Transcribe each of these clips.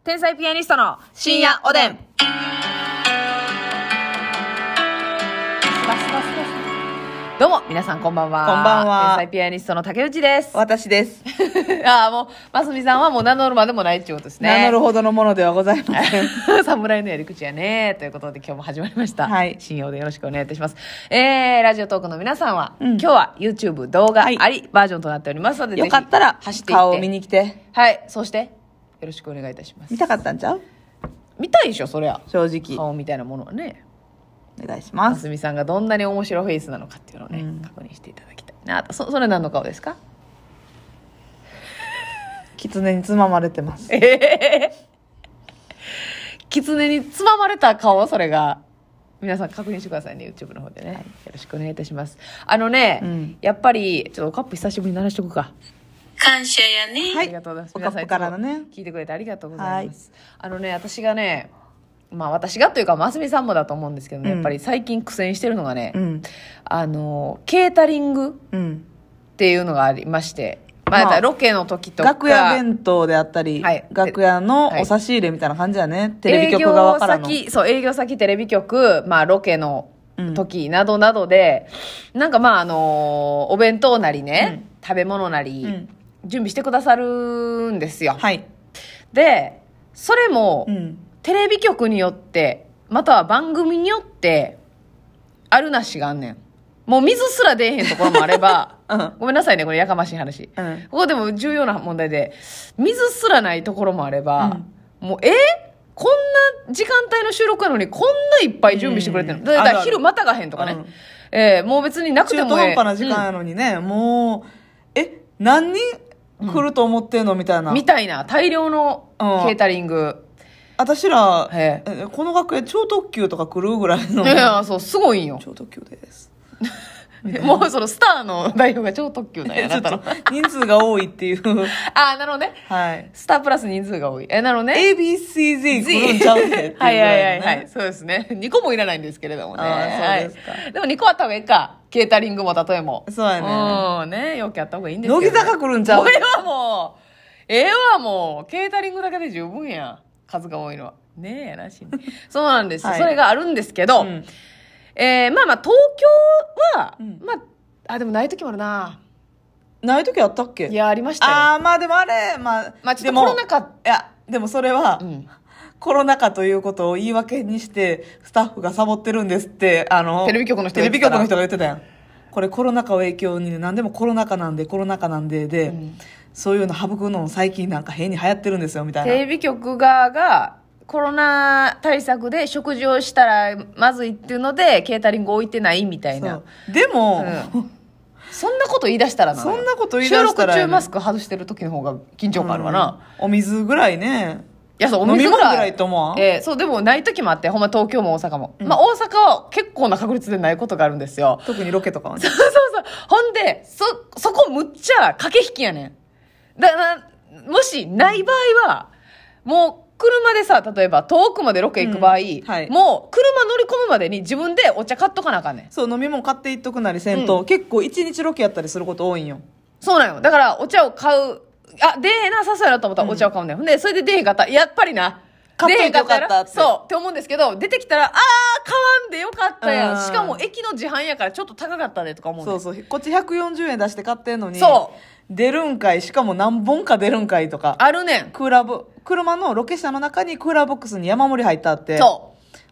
天才ピアニストの深夜おでん。どうも皆さんこんばんは。 こんばんは。 天才ピアニストの竹内です。 私です。 ああ、もうますみさんはもう名乗るまでもないっていうことですね。 名乗るほどのものではございません。 侍のやり口やねということで今日も始まりました。 はい。 深夜でよろしくお願いいたします。ラジオトークの皆さんは、今日は YouTube 動画あり、バージョンとなっておりますので、 よかったら走って顔を見に来て。 はい。そしてよろしくお願いいたします。 見たかったんちゃう？ 見たいでしょそりゃ。 正直。 顔みたいなものはね。 お願いしま。 ますみさんがどんなに面白フェイスなのかっていうのをね、確認していただきたいなと。それ何の顔ですか？ 狐につままれてます。 狐につままれた顔、それが。皆さん確認してくださいね、YouTube の方でね。よろしくお願いいたします。やっぱり、ちょっとカップ久しぶりに鳴らしとくか。 感謝やね。 ありがとうございます。 おカップからのね。 聞いてくれてありがとうございます。私がね、まあ私がというか、ますみさんもだと思うんですけどね、やっぱり最近苦戦してるのがね、ケータリングっていうのがありまして、ロケの時とか。 楽屋弁当であったり、楽屋のお差し入れみたいな感じだね。テレビ局側からの。 営業先、テレビ局、ロケの時などなどで、なんかお弁当なりね、食べ物なり、準備してくださるんですよ。 はい。 で、それも、テレビ局によって、または番組によって、あるなしがあんねん。もう水すら出えへんところもあれば、ごめんなさいね、これやかましい話。ここでも重要な問題で、水すらないところもあれば、もう、こんな時間帯の収録なのにこんないっぱい準備してくれてるの。だから昼またがへんとかね。もう別になくても中途半端な時間やのにね、もう、何人来ると思ってんのみたいな。 みたいな、大量のケータリング。 私ら、この学園超特急とか来るぐらいの。 いや、そう、すごいんよ。 超特急です。 もうそのスターの代表が超特急なんやなったの。 人数が多いっていう。 なるほどね。 はい。 スタープラス人数が多い。なるほどね。 ABCZ 来るんちゃうって。 はい。そうですね。2個もいらないんですけれどもね。 そうですか。 でも2個あった方がいいか。ケータリングも例えも。 そうやね。 よくあった方がいいんですけど。 乃木坂来るんちゃう？ これはもう、ケータリングだけで十分やん。数が多いのは。ねえ、らしいね。そうなんですよ。それがあるんですけど、東京は、でもない時もあるな。 ない時あったっけ？ いや、ありましたよ。 でもあれ、 ちょっとコロナ禍。 いや、でもそれは、コロナ禍ということを言い訳にして、スタッフがサボってるんですって、 テレビ局の人が言ってたやん。これコロナ禍を影響にね、何でもコロナ禍なんで、そういうの省くの最近なんか変に流行ってるんですよ、みたいな。 テレビ局側が、コロナ対策で食事をしたらまずいっていうのでケータリング置いてないみたいな。 でも、 そんなこと言い出したらな。 そんなこと言い出したら、 収録中マスク外してる時の方が緊張感あるわな。 お水ぐらいね。 いや、そう、お水ぐらいと思う。 そう、でもない時もあって、ほんま東京も大阪も。大阪は結構な確率でないことがあるんですよ。 特にロケとかはね。 そう。ほんで、そこむっちゃ駆け引きやねん。だから、もしない場合は、もう、車でさ、例えば遠くまでロケ行く場合、もう車乗り込むまでに自分でお茶買っとかなあかんねん。 そう、飲み物買っていっとくなりせんと、結構一日ロケやったりすること多いんよ。 そうなんよ。だからお茶を買う、出えなさそうやなと思ったらお茶を買うねん。で、それで出えへんかったら、やっぱりな。 買っといてよかったって。 そうって思うんですけど、出てきたら、買わんでよかったやん。しかも駅の自販やからちょっと高かったでとか思うねん。 そう。こっち140円出して買ってんのに。そう。出るんかい、しかも何本か出るんかいとか。 あるねん。 車のロケ車の中にクーラーボックスに山盛り入ってあって。そう。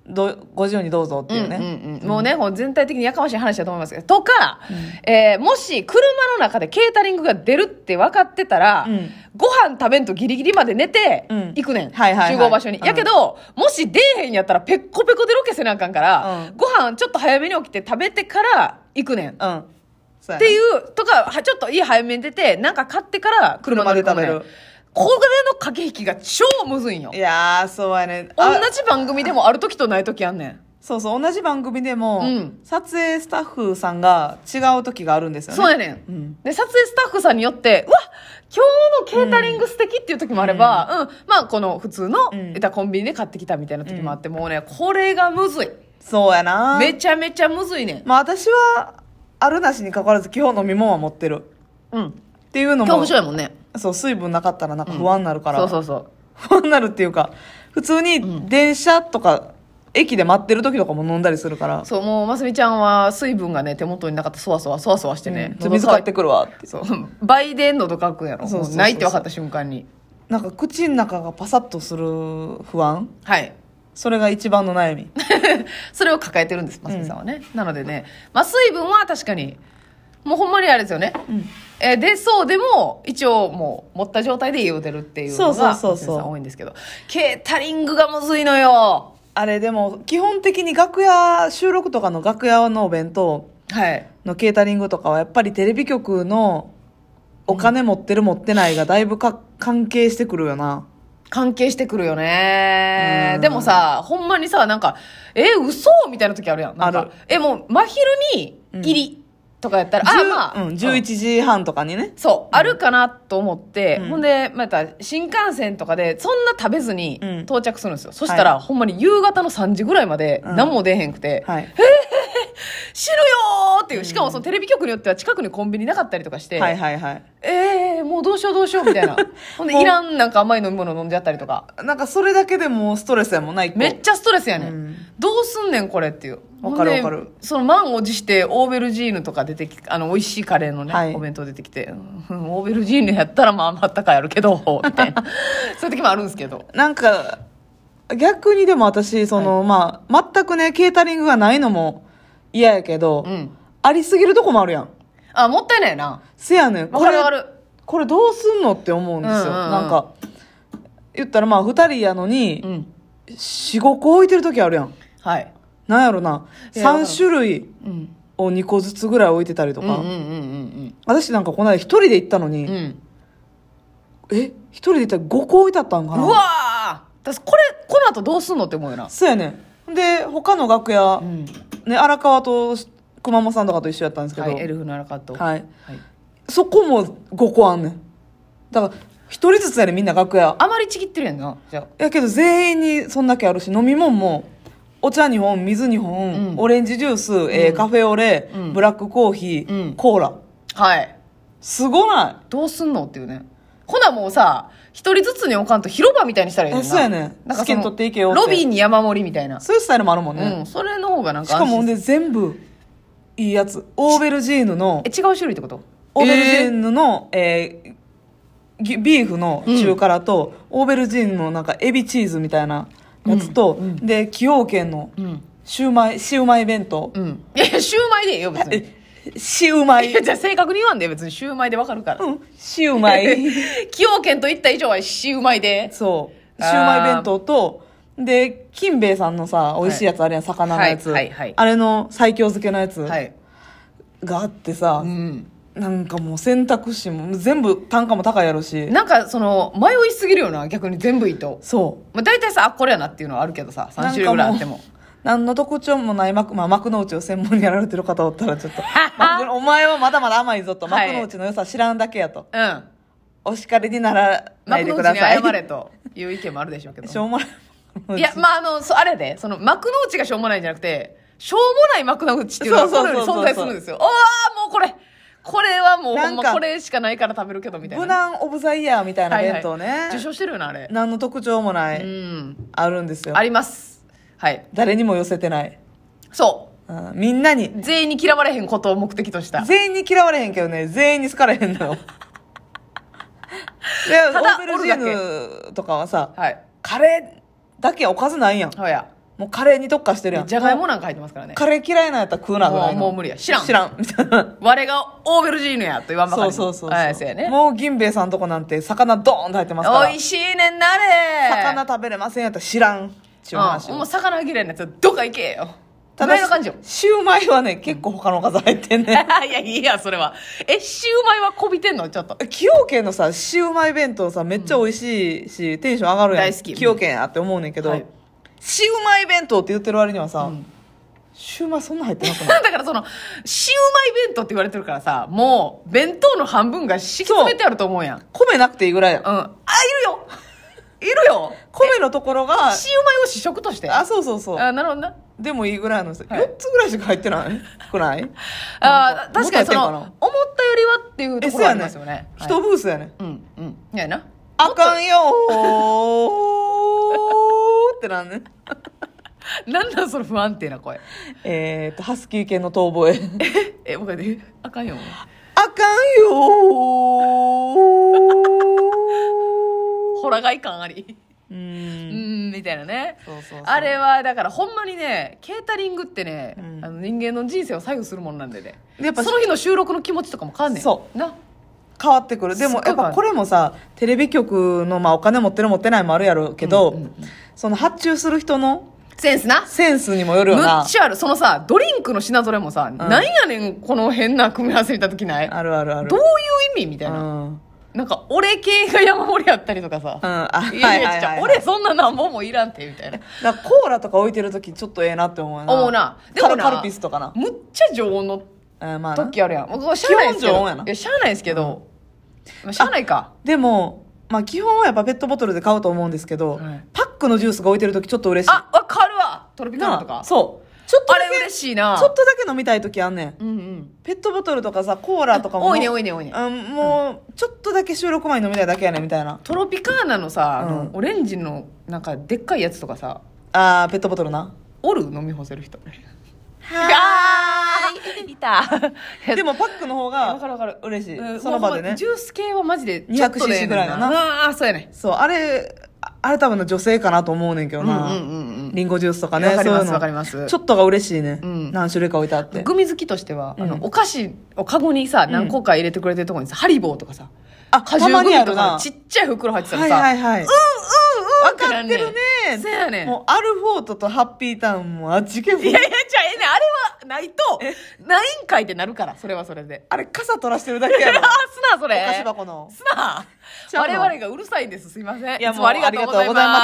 ご自由にどうぞっていうね。 もうね、全体的にやかましい話だと思いますけど。とか、もし車の中でケータリングが出るって分かってたら、ご飯食べんとギリギリまで寝て、行くねん。集合場所に。やけど、もし出えへんやったらペッコペコでロケせなあかんから、ご飯ちょっと早めに起きて食べてから行くねん。っていう、とか、ちょっと家早めに出て、なんか買ってから車で食べる。これの駆け引きが超むずいんよ。 いやー、そうやね。 同じ番組でもある時とない時あんねん。 そう、同じ番組でも、撮影スタッフさんが違う時があるんですよね。 そうやねん。で、撮影スタッフさんによって、今日のケータリング素敵っていう時もあれば、この普通の、コンビニで買ってきたみたいな時もあって、もうね、これがむずい。 そうやな。 めちゃめちゃむずいねん。 私は、あるなしに関わらず基本飲み物は持ってる。っていうのも。 今日面白いもんね。 そう、水分なかったらなんか不安になるから。 そう。 不安になるっていうか、普通に電車とか、駅で待ってる時とかも飲んだりするから。 そう、もう、ますみちゃんは水分がね、手元になかったらそわそわしてね。 水買ってくるわって。 そう。倍で喉乾くんやろ。もうないって分かった瞬間に。 なんか口の中がパサッとする不安。 はい。 それが一番の悩み。 それを抱えてるんです、ますみさんはね。なのでね、まあ水分は確かに、もうほんまにあれですよね。出そうでも、一応もう持った状態で家を出るっていうのが、ますみさん多いんですけど。ケータリングがむずいのよ。 あれでも基本的に楽屋収録とかの楽屋のお弁当のケータリングとかはやっぱりテレビ局のお金持ってる持ってないがだいぶ関係してくるよな。 関係してくるよね。でもさ、ほんまにさ、なんか嘘みたいな時あるやん。なんかもう真昼に入りとかやったら、 11時半とかにね。 そう、あるかなと思って、ほんで、また、新幹線とかで、そんな食べずに到着するんですよ。そしたら、ほんまに夕方の3時ぐらいまで何も出へんくて、死ぬよーっていう、しかもそのテレビ局によっては近くにコンビニなかったりとかして、もうどうしようみたいな。ほんで、いらんなんか甘い飲み物飲んじゃったりとか。 なんかそれだけでもうストレスやもんない。 めっちゃストレスやねん。どうすんねんこれっていう。 わかる。 その満を持してオーベルジーヌとか出てき、美味しいカレーのね、お弁当出てきて、オーベルジーヌやったらまああったかいあるけど、みたいな。そういう時もあるんですけど。 なんか、逆にでも私、まあ、全くね、ケータリングがないのも嫌やけど、ありすぎるとこもあるやん。 あ、もったいないな。 せやねん。 わかる。 これどうすんのって思うんですよ。なんか、言ったらまあ、2人やのに、4、5個置いてる時あるやん。 はい。 なんやろな、3種類を2個ずつぐらい置いてたりとか。私なんかこの間1人で行ったのに、1人で行ったら5個置いてあったんかな。 うわー、私この後どうすんのって思うよな。 そうやねん。で、他の楽屋、ね、荒川と熊本さんとかと一緒やったんですけど。 エルフの荒川と。 そこも5個あんねん。だから、一人ずつやねんみんな楽屋。 あまりちぎってるやんな、じゃあ。 やけど全員にそんだけあるし、飲み物も、お茶2本、水2本、オレンジジュース、カフェオレ、ブラックコーヒー、コーラ。 はい。 すごない？ どうすんのっていうね。ほなもうさ、一人ずつに置かんと広場みたいにしたらいいねんな。 そうやねん。好きに取っていけよって。 ロビーに山盛りみたいな。 そういうスタイルもあるもんね。 それの方がなんかしかもで全部、いいやつ。オーベルジーヌの。 違う種類ってこと？ オーベルジーヌの、ビーフの中辛と、オーベルジーヌのなんかエビチーズみたいなやつと、で、崎陽軒のシウマイ弁当。 いや、シウマイでいいよ、別に。 シウマイ。 じゃあ正確に言わんで、別にシウマイでわかるから。 シウマイ。 崎陽軒と言った以上はシウマイで。 そう。シウマイ弁当と、で、金兵衛さんのさ、美味しいやつあるやん、魚のやつ。あれの西京漬けのやつがあってさ、なんかもう選択肢も全部単価も高いやろし。 なんか迷いすぎるよな、逆に全部いいと。 そう。 まあ大体さ、これやなっていうのはあるけどさ、3種類ぐらいあっても。 何の特徴もない幕の内を専門にやられてる方おったらちょっと、お前はまだまだ甘いぞと、幕の内の良さ知らんだけやと。お叱りにならないでください。 幕の内に謝れという意見もあるでしょうけど。 しょうもない。 いや、まああれで、幕の内がしょうもないんじゃなくて、しょうもない幕の内っていうのがこのように存在するんですよ。ああ、もうこれはもうほんまこれしかないから食べるけどみたいな。 無難オブザイヤーみたいな弁当ね。 受賞してるよな、あれ。 何の特徴もない。あるんですよ。 あります。はい。 誰にも寄せてない。 そう。 みんなに。 全員に嫌われへんことを目的とした。 全員に嫌われへんけどね、全員に好かれへんのよ。で、オーベルジーヌとかはさ、カレーだけおかずないやん。もうカレーに特化してるやん。 じゃがいもなんか入ってますからね。 カレー嫌いなんやったら食うなぐらいの。 もう無理や。知らん。 みたいな。 我がオーベルジーヌやと言わんばかり。 そう。もう銀兵衛さんとこなんて魚ドーンと入ってますから。 美味しいねんなれ。 魚食べれませんやったら知らん。 もう魚嫌いなやつはどっか行けよ。 ただ、シューマイはね、結構他のおかず入ってんね。 いや、それは。シューマイはこびてんのちょっと。 崎陽軒のさ、シウマイ弁当さ、めっちゃ美味しいし、テンション上がるやん。 大好き。 崎陽軒やって思うねんけど、シウマイ弁当って言ってる割にはさ、シューマイそんな入ってなくない？ だからシウマイ弁当って言われてるからさ、もう、弁当の半分が敷き詰めてあると思うやん。 米なくていいぐらいやん。 いるよ米のところが、 シウマイを主食として。 そう。 なるほどな。 でもいいぐらいの、4つぐらいしか入ってないくらい？ 確かに思ったよりはっていうところありますよね。 一ブースやね。 やな。 あかんよーってなんね。 なんなんその不安定な声。 ハスキー系の遠吠え。 僕であかんよ。 あかんよー。 ホラガイ感あり。みたいなね。 そうそうそう。 あれはだからほんまにね、ケータリングってね、人間の人生を左右するものなんでね。やっぱその日の収録の気持ちとかも変わんねん。 そうな。 変わってくる。でもやっぱこれもさ、テレビ局のお金持ってる持ってないもあるやろうけど、その発注する人のセンスにもよるよな。 むっちゃある。そのさ、ドリンクの品ぞれもさ、なんやねんこの変な組み合わせ見た時ない？ あるあるある。 どういう意味みたいな。なんか俺系が山盛りあったりとかさ、いや俺そんな何本もいらんてみたいな。 だからコーラとか置いてる時ちょっとええなって思うな。 思うな。でもカルピスとかな。 むっちゃ常温の時あるやん。僕はしゃあないですけど。いやしゃあないですけど。しゃあないか。 でも基本はやっぱペットボトルで買うと思うんですけど、パックのジュースが置いてる時ちょっと嬉しい。 あ、わかるわ。トロピカーナとか。 そう。ちょっとだけあれ嬉しいな。 ちょっとだけ飲みたい時あんねん。ペットボトルとかさ、コーラとかも。 多いね。 もう、ちょっとだけ収録前に飲みたいだけやねんみたいな。 トロピカーナのさ、オレンジのなんかでっかいやつとかさ。 ペットボトルな。 おる飲み干せる人。 いた。でもパックの方がわかる嬉しい。その場でね。 ジュース系はマジで 200cc ぐらいだな。 そうやね。 そう、あれ多分女性かなと思うねんけどな。リンゴジュースとかね。 わかります。 ちょっとが嬉しいね。何種類か置いてあって。 グミ好きとしては、お菓子をカゴにさ、何個か入れてくれてるところにさ、ハリボーとかさ、果汁グミとかちっちゃい袋入ってたらさ、 分かってるね。 そうやねん。 もうアルフォートとハッピーターンもあっちけ。いやじゃああれはないと、ないんかいってなるから、それはそれで。 あれ傘取らしてるだけやろ。 すな、それ。 お菓子箱の。 すな。我々がうるさいんです。すいません。 いやもうありがとうございます。